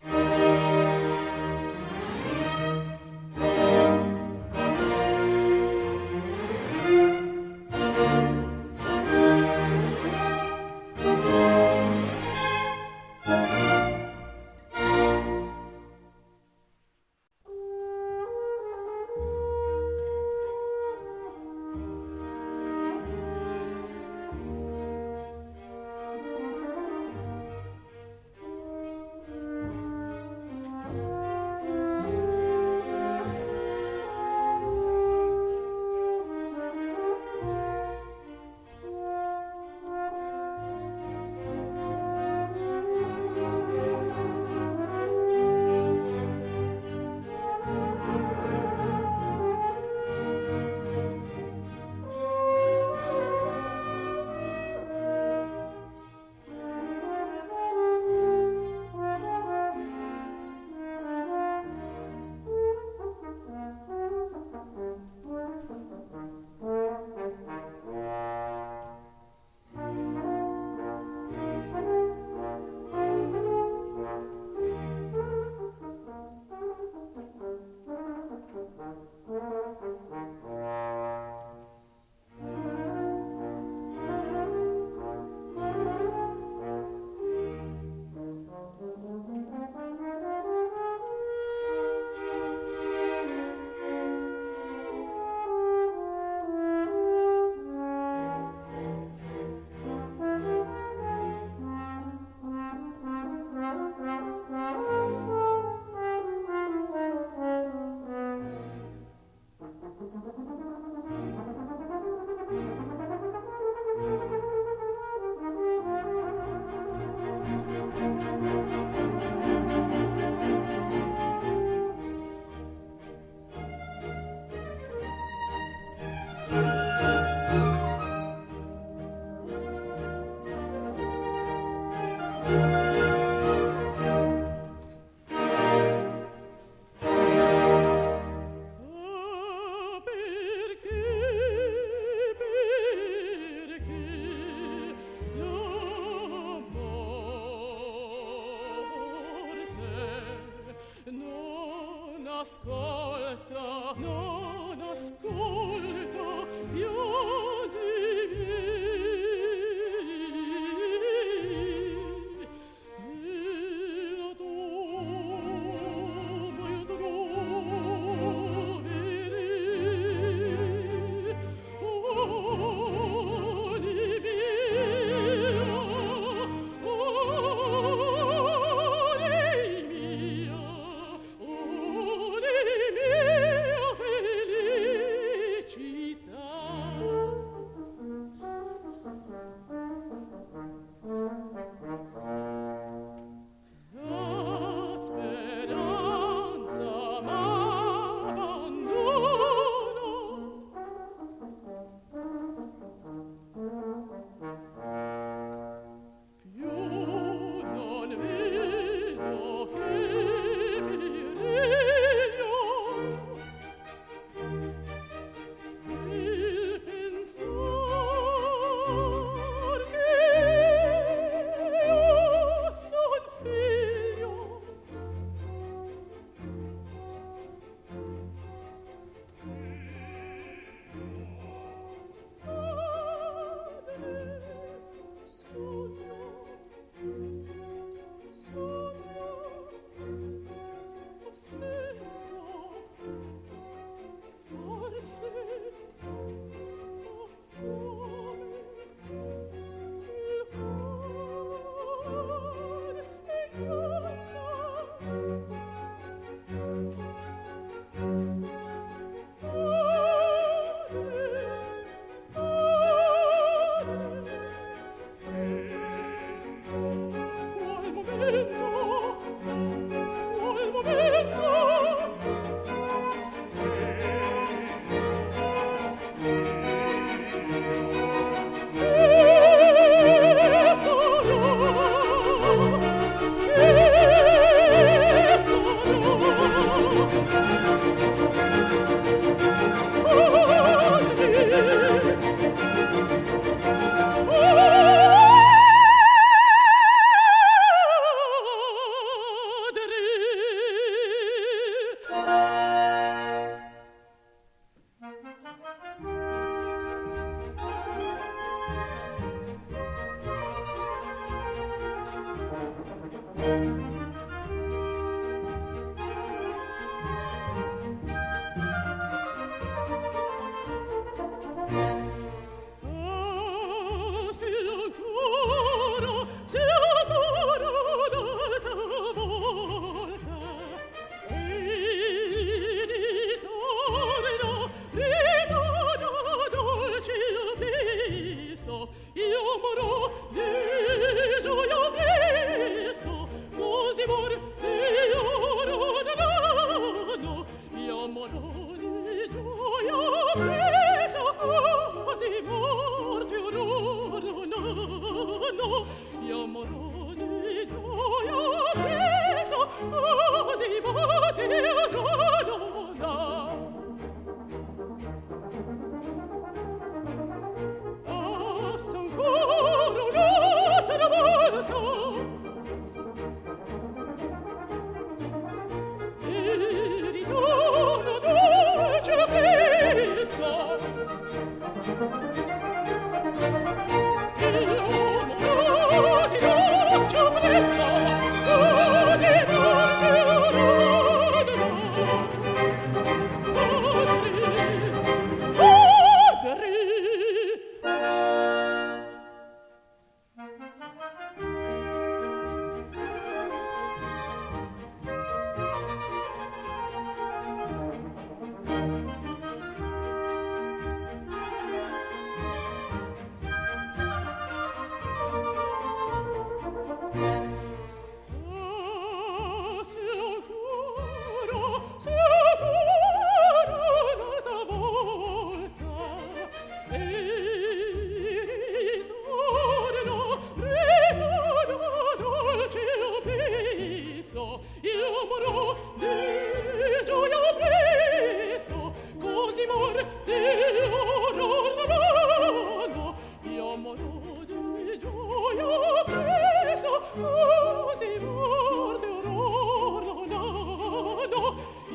ascolta, non ascolta più di me. Io domo, io troverei, oh, di mia, oh, di mia, oh, di mia felicità.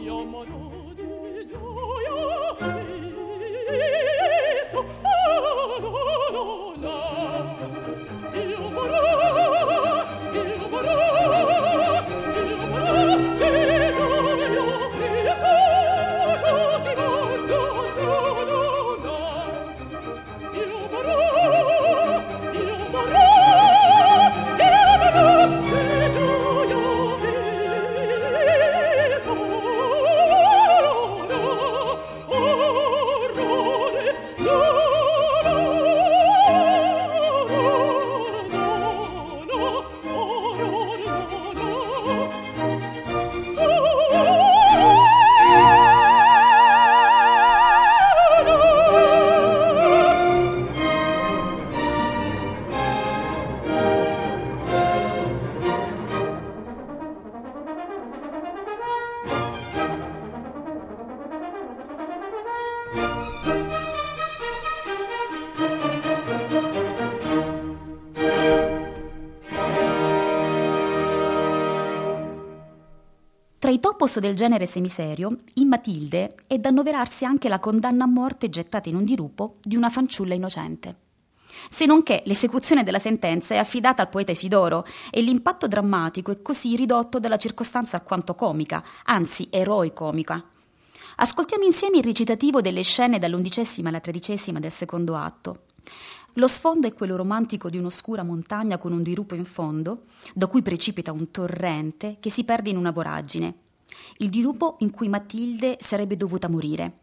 Tra i topos del genere semiserio, in Matilde è da annoverarsi anche la condanna a morte gettata in un dirupo di una fanciulla innocente. Se non che l'esecuzione della sentenza è affidata al poeta Isidoro e l'impatto drammatico è così ridotto dalla circostanza alquanto comica, anzi eroicomica. Ascoltiamo insieme il recitativo delle scene dall'undicesima alla tredicesima del secondo atto. Lo sfondo è quello romantico di un'oscura montagna con un dirupo in fondo, da cui precipita un torrente che si perde in una voragine. Il dirupo in cui Matilde sarebbe dovuta morire.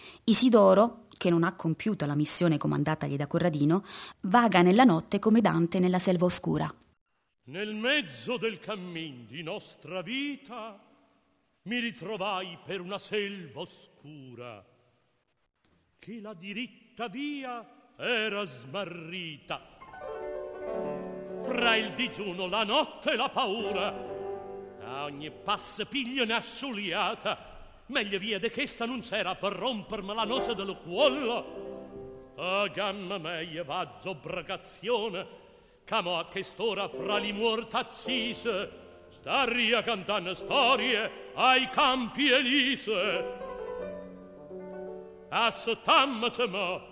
Isidoro, che non ha compiuto la missione comandatagli da Corradino, vaga nella notte come Dante nella selva oscura. Nel mezzo del cammin di nostra vita mi ritrovai per una selva oscura, che la diritta via era smarrita. Fra il digiuno, la notte e la paura, a ogni passo piglio ne asciuliata, meglio viede che essa non c'era per rompermi la noce del cuollo. A gamma meglio vaggio bragazione, camo a che stora fra li morti accise, starria cantando storie ai campi elise. Assettammaci mo,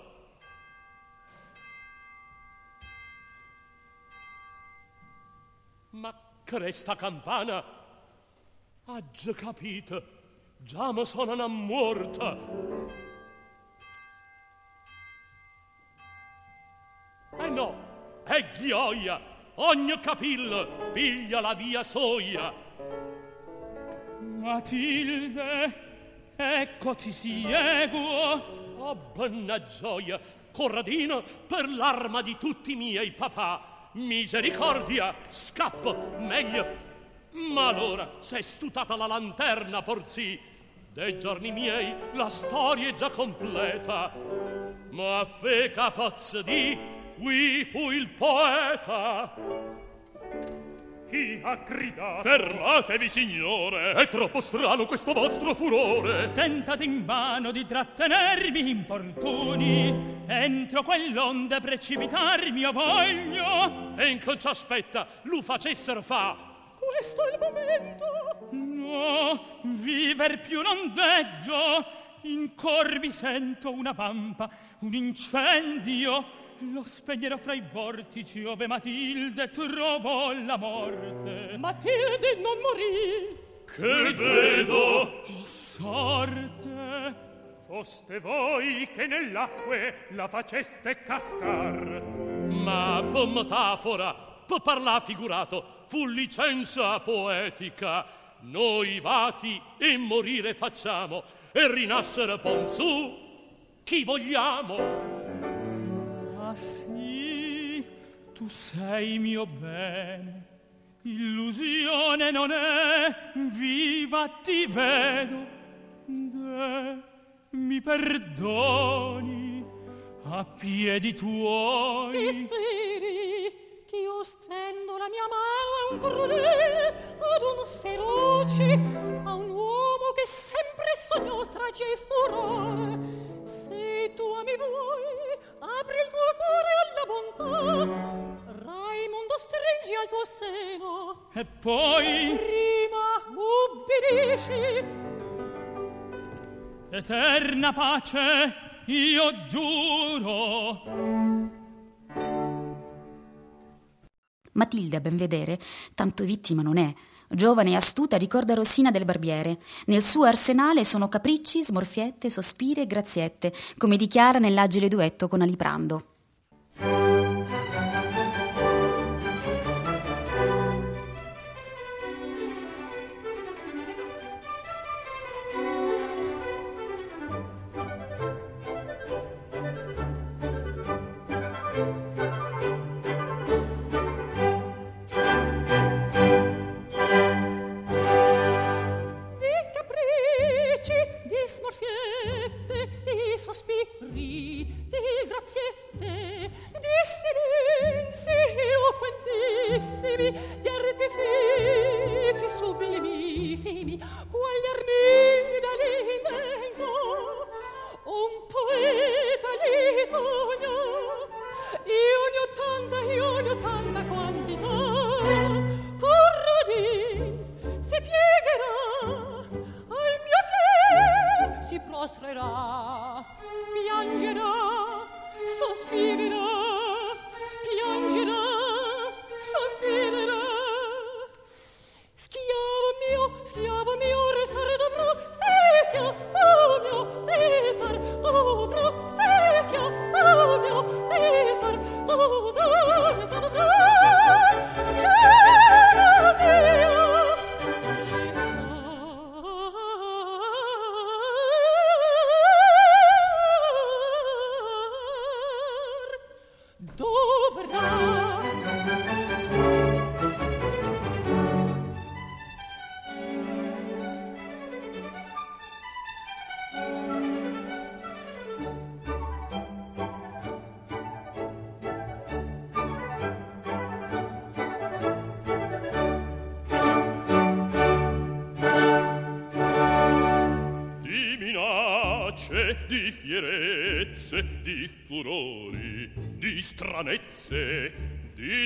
ma cresta campana, ha già capito, già mi sono una morta. Eh no, è ghioia, ogni capillo piglia la via soia. Matilde, ecco ti seguo. Oh, buona gioia, Corradino, per l'arma di tutti i miei papà. Misericordia, scappo, meglio. Ma allora, s'è stutata la lanterna, porzì, dei giorni miei la storia è già completa. Ma a fe capozze di, qui fu il poeta. Chi ha gridato? Fermatevi, signore, è troppo strano questo vostro furore. Tentate invano di trattenermi importuni, entro quell'onde precipitarmi io voglio. E in che ci aspetta, lo facessero fa. Questo è il momento. No, viver più non deggio. In cor mi sento una pampa, un incendio. Lo spegnerò fra i vortici ove Matilde trovò la morte. Matilde non morì. Che vedo? Oh, sorte! Foste voi che nell'acque la faceste cascar. Ma per metafora, per parlar figurato, fu licenza poetica. Noi vati e morire facciamo, e rinascere pon su chi vogliamo. Ah sì, tu sei mio bene, illusione non è, viva ti vedo, de, mi perdoni, a piedi tuoi. Ti speri che io stendo la mia mano a un crudele, ad un feroce, a un uomo che sempre sognò stragi e furore. Se tu mi vuoi, apri il tuo cuore alla bontà, Raimondo stringi al tuo seno, e poi prima ubbidisci. eterna pace io giuro. Matilde, a ben vedere, tanto vittima non è. Giovane e astuta, ricorda Rosina del Barbiere. Nel suo arsenale sono capricci, smorfiette, sospiri e graziette, come dichiara nell'agile duetto con Aliprando. Di fierezze, di furori, di stranezze, di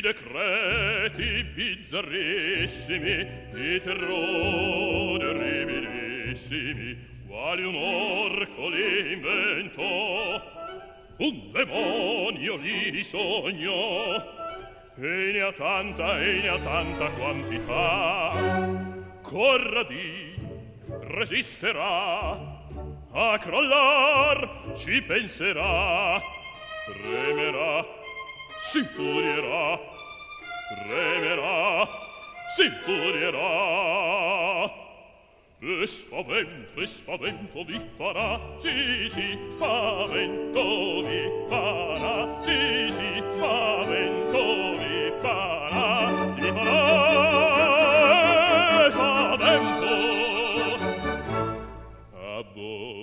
decreti bizzarrissimi, di terrori orribilissimi, quali un orco li inventò, un demonio li sognò, e ne ha tanta, e ne ha tanta quantità, Corradi resisterà, a crollar ci penserà, fremerà, si infurierà, fremerà, si infurierà, e spavento, e spavento vi farà, sì, sì, spavento vi farà, sì, sì, spavento vi farà, vi farà, e spavento a voi.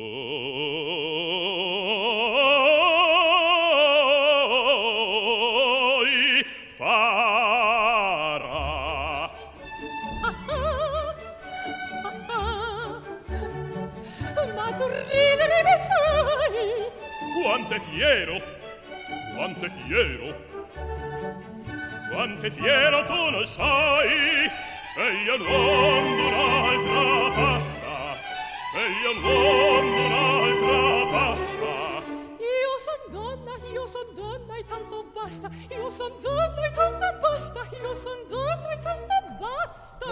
Quant'è fiero, quant'è fiero, quant'è fiero tu non sai, e io non un'altra pasta, e io non un'altra pasta. Io son donna, io son donna e tanto basta, io son donna e tanto basta, io son donna e tanto basta.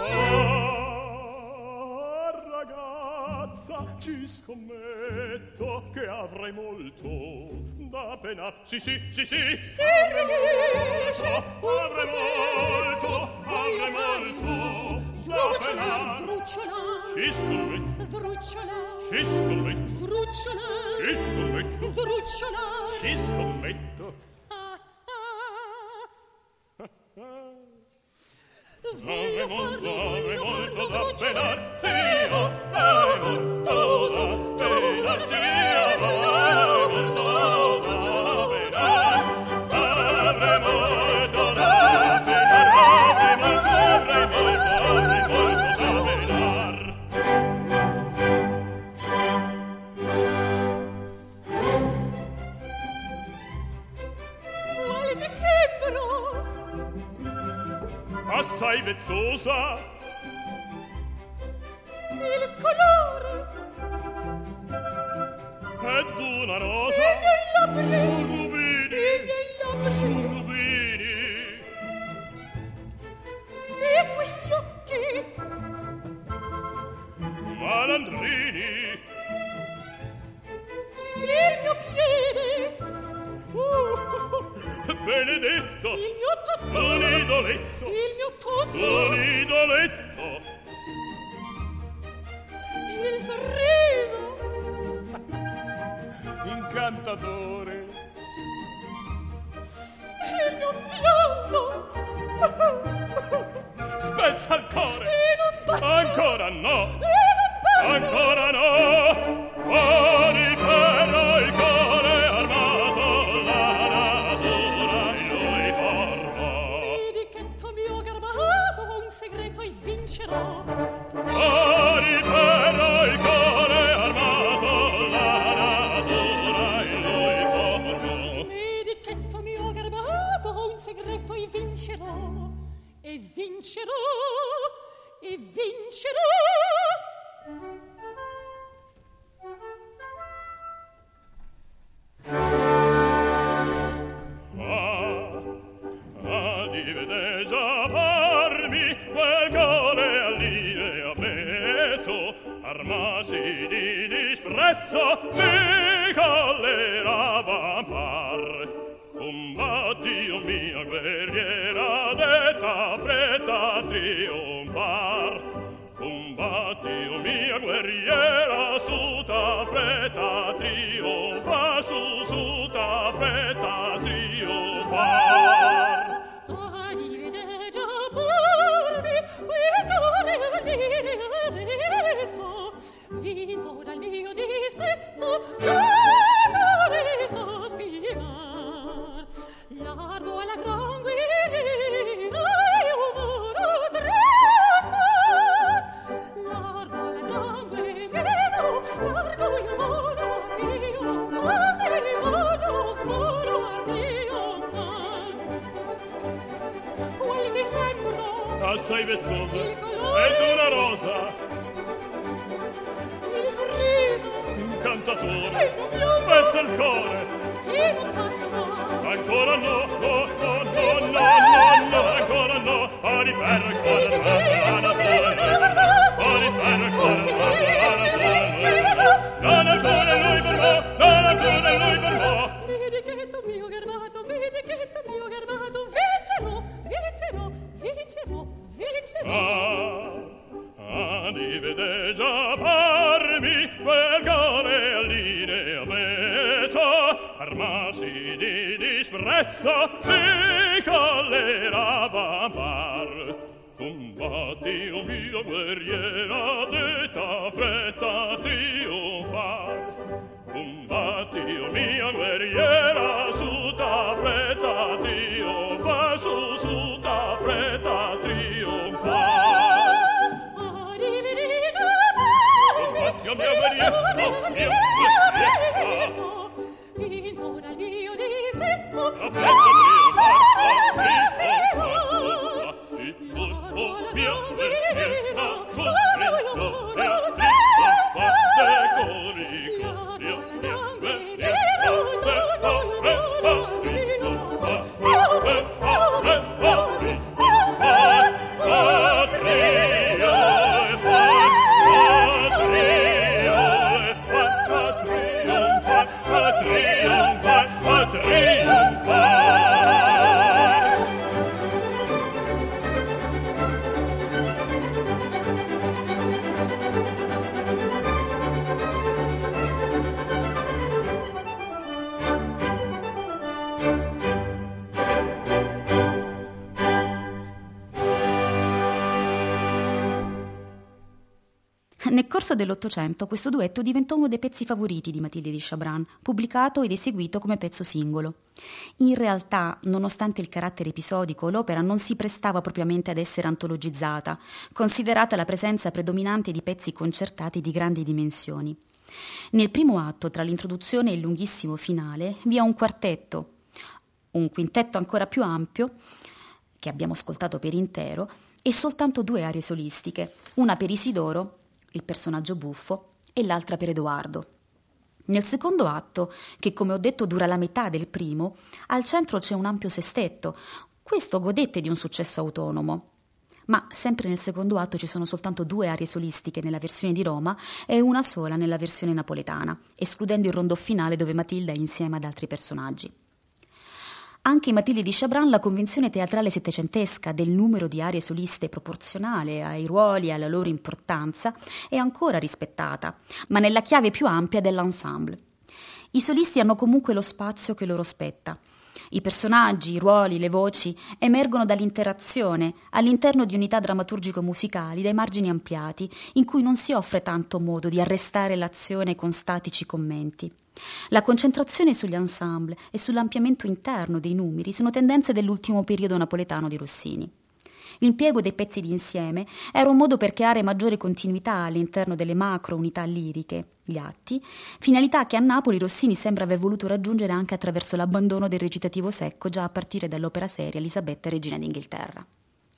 Ah, ragazza, ci scommetto che avrai molto da pena. Sì, sì, sì, sì. Si riesce, avrai molto, avrai molto da pena. Sdrucciola, Ci scommetto, sdrucciola, ci scommetto, sdrucciola, ci scommetto, sdrucciola. ci scommetto. Ah, ah. Avrei molto, avrei molto da penar, sì, avrei molto da penar, sì, avrei molto da penar, avrei molto da penar, avrei molto, avrei molto, avrei molto da penar. Quale ti sembro? Assai vezzosa, Il colore ed una rosa i miei labbri, su rubini, i miei labbri, su rubini, e questi occhi malandrini, il mio piede, uh, benedetto, il mio tutto, un idoletto, il mio tutto, un idoletto, il sorriso, incantatore, il mio pianto, spezza il cuore, e non basta, ancora no, e non basta, ancora no, oh, di ferro il cuore armato, la natura in lui forrò. medichetto mio garbato, un segreto e vincerò. Oh, di ferro il cuore armato, la natura in lui forrò. Medichetto mio garbato, un segreto e vincerò, e vincerò, e vincerò. Ah, ah, di vede già parmi quel cuore all'ire a mezzo, armasi di disprezzo, mi collerava par. Combatti, o mia guerriera, detta fretta trionfar. Combatti, o mia guerriera, su ta fretta trionfar, su su ta fretta trionfar. Ah, di vede già parmi quel cuore all'ire a mezzo, vinto dal mio disprezzo, non vorrei sospirar. Largo alla gran guerriera io vorrò trionfar. Largo alla gran guerriera, largo io vorrò trionfar. Se voglio, vorrò trionfar. Qual ti sembro? Assai vezzosa, Il colore, ed una rosa, il sorriso, incantatore, il mio pianto, spezza il cuore, e non basta. ancora no, no, no, no, no, no, no, ancora no, a di ferro il cuore armato, la natura in lui forrò. A di ferro il cuore armato, la natura in lui forrò. Non alcuna in lui fermò, non alcuna in lui fermò. Medichetto mio garbato, medichetto mio garbato, vincerò, vincerò, vincerò, vincerò. Ah, ah, di vede già parmi quel cuore all'inea mezzo, armasi di disprezzo, mi collerava par. Combatti, o mia guerriera, detta fretta trionfar. Combatti, o mia guerriera, su ta fretta trionfar, su su ta fretta trionfar. Ah, di vede già parmi Combatti, o mia guerriera, quel oh, cuore mia all'ire a guerriera, mezzo, vinto dal mio disprezzo, ta non fretta vorrei trionfar, sospirar. oh, mia guerriera, con freddo e a trionfar, de cori, coria, mia guerriera, de cori, a trionfar, de cori, a trionfar, a trionfar, a trionfar, a trionfar, a trionfar, a trionfar. Nel corso dell'Ottocento questo duetto diventò uno dei pezzi favoriti di Matilde di Chabran, pubblicato ed eseguito come pezzo singolo. In realtà, nonostante il carattere episodico, l'opera non si prestava propriamente ad essere antologizzata, considerata la presenza predominante di pezzi concertati di grandi dimensioni. Nel primo atto, tra l'introduzione e il lunghissimo finale, vi è un quartetto, un quintetto ancora più ampio, che abbiamo ascoltato per intero, e soltanto due arie solistiche, una per Isidoro, il personaggio buffo, e l'altra per Edoardo. Nel secondo atto, che come ho detto dura la metà del primo, al centro c'è un ampio sestetto. Questo godette di un successo autonomo. Ma sempre nel secondo atto ci sono soltanto due arie solistiche nella versione di Roma e una sola nella versione napoletana, escludendo il rondò finale dove Matilda è insieme ad altri personaggi. Anche in Matilde di Chabran la convenzione teatrale settecentesca del numero di arie soliste proporzionale ai ruoli e alla loro importanza è ancora rispettata, ma nella chiave più ampia dell'ensemble. I solisti hanno comunque lo spazio che loro spetta. I personaggi, i ruoli, le voci emergono dall'interazione all'interno di unità drammaturgico-musicali dai margini ampliati, in cui non si offre tanto modo di arrestare l'azione con statici commenti. La concentrazione sugli ensemble e sull'ampliamento interno dei numeri sono tendenze dell'ultimo periodo napoletano di Rossini. L'impiego dei pezzi di insieme era un modo per creare maggiore continuità all'interno delle macro unità liriche, gli atti, finalità che a Napoli Rossini sembra aver voluto raggiungere anche attraverso l'abbandono del recitativo secco già a partire dall'opera seria Elisabetta Regina d'Inghilterra.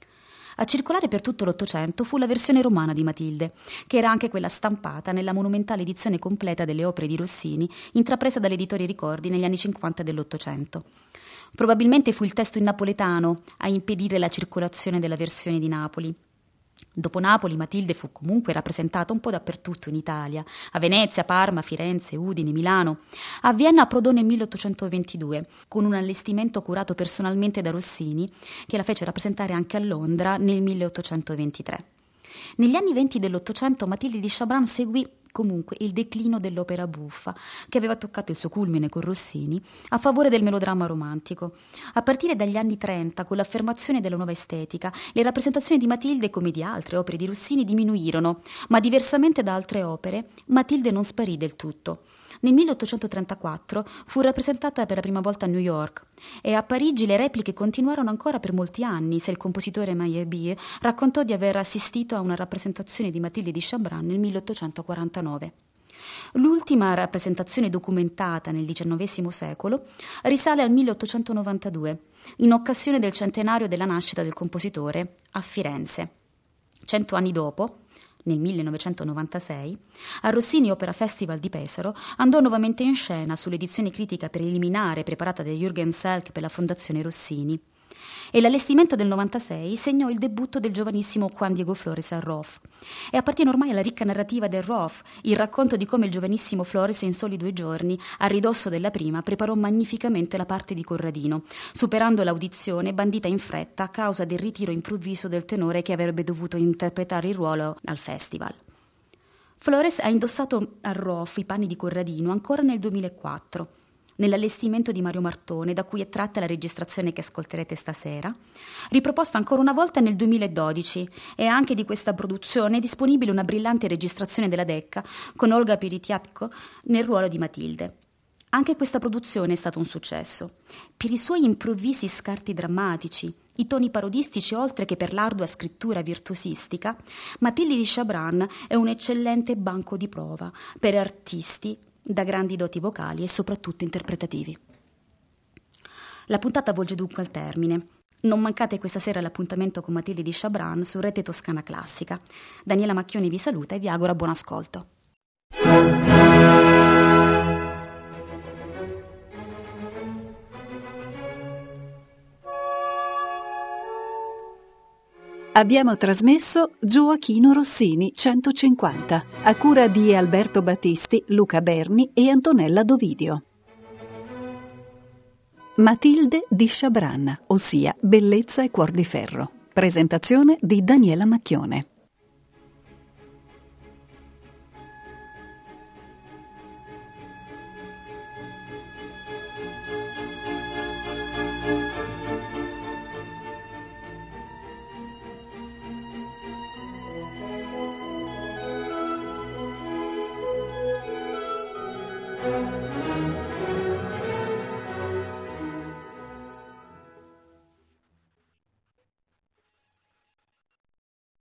A circolare per tutto l'Ottocento fu la versione romana di Matilde, che era anche quella stampata nella monumentale edizione completa delle opere di Rossini, intrapresa dall'editore Ricordi negli anni cinquanta dell'Ottocento. Probabilmente fu il testo in napoletano a impedire la circolazione della versione di Napoli. Dopo Napoli, Matilde fu comunque rappresentata un po' dappertutto in Italia, a Venezia, Parma, Firenze, Udine, Milano. A Vienna approdò nel milleottocentoventidue, con un allestimento curato personalmente da Rossini, che la fece rappresentare anche a Londra nel milleottocentoventitré. Negli anni venti dell'Ottocento Matilde di Chabran seguì comunque il declino dell'opera buffa, che aveva toccato il suo culmine con Rossini, a favore del melodramma romantico. A partire dagli anni trenta, con l'affermazione della nuova estetica, le rappresentazioni di Matilde, come di altre opere di Rossini, diminuirono, ma diversamente da altre opere, Matilde non sparì del tutto. Nel milleottocentotrentaquattro fu rappresentata per la prima volta a New York e a Parigi le repliche continuarono ancora per molti anni, se il compositore Meyerbeer raccontò di aver assistito a una rappresentazione di Matilde di Chabran nel milleottocentoquarantanove. L'ultima rappresentazione documentata nel diciannovesimo secolo risale al milleottocentonovantadue, in occasione del centenario della nascita del compositore a Firenze. Cento anni dopo, nel millenovecentonovantasei, al Rossini Opera Festival di Pesaro andò nuovamente in scena sull'edizione critica preliminare preparata da Jürgen Selk per la Fondazione Rossini. E l'allestimento del novantasei segnò il debutto del giovanissimo Juan Diego Flores al R O F. E appartiene ormai alla ricca narrativa del R O F, il racconto di come il giovanissimo Flores in soli due giorni, a ridosso della prima, preparò magnificamente la parte di Corradino, superando l'audizione bandita in fretta a causa del ritiro improvviso del tenore che avrebbe dovuto interpretare il ruolo al festival. Flores ha indossato al R O F i panni di Corradino ancora nel duemilaquattro, nell'allestimento di Mario Martone, da cui è tratta la registrazione che ascolterete stasera, riproposta ancora una volta nel duemiladodici, e anche di questa produzione è disponibile una brillante registrazione della Decca con Olga Piritiatko nel ruolo di Matilde. Anche questa produzione è stato un successo, per i suoi improvvisi scarti drammatici, i toni parodistici oltre che per l'ardua scrittura virtuosistica. Matilde di Chabran è un eccellente banco di prova per artisti da grandi doti vocali e soprattutto interpretativi. La puntata volge dunque al termine. Non mancate questa sera l'appuntamento con Matilde di Chabran su Rete Toscana Classica. Daniela Macchioni vi saluta e vi augura buon ascolto. Abbiamo trasmesso Gioachino Rossini centocinquanta, a cura di Alberto Battisti, Luca Berni e Antonella Dovidio. Matilde di Chabran, ossia Bellezza e Cuor di Ferro. Presentazione di Daniela Macchione.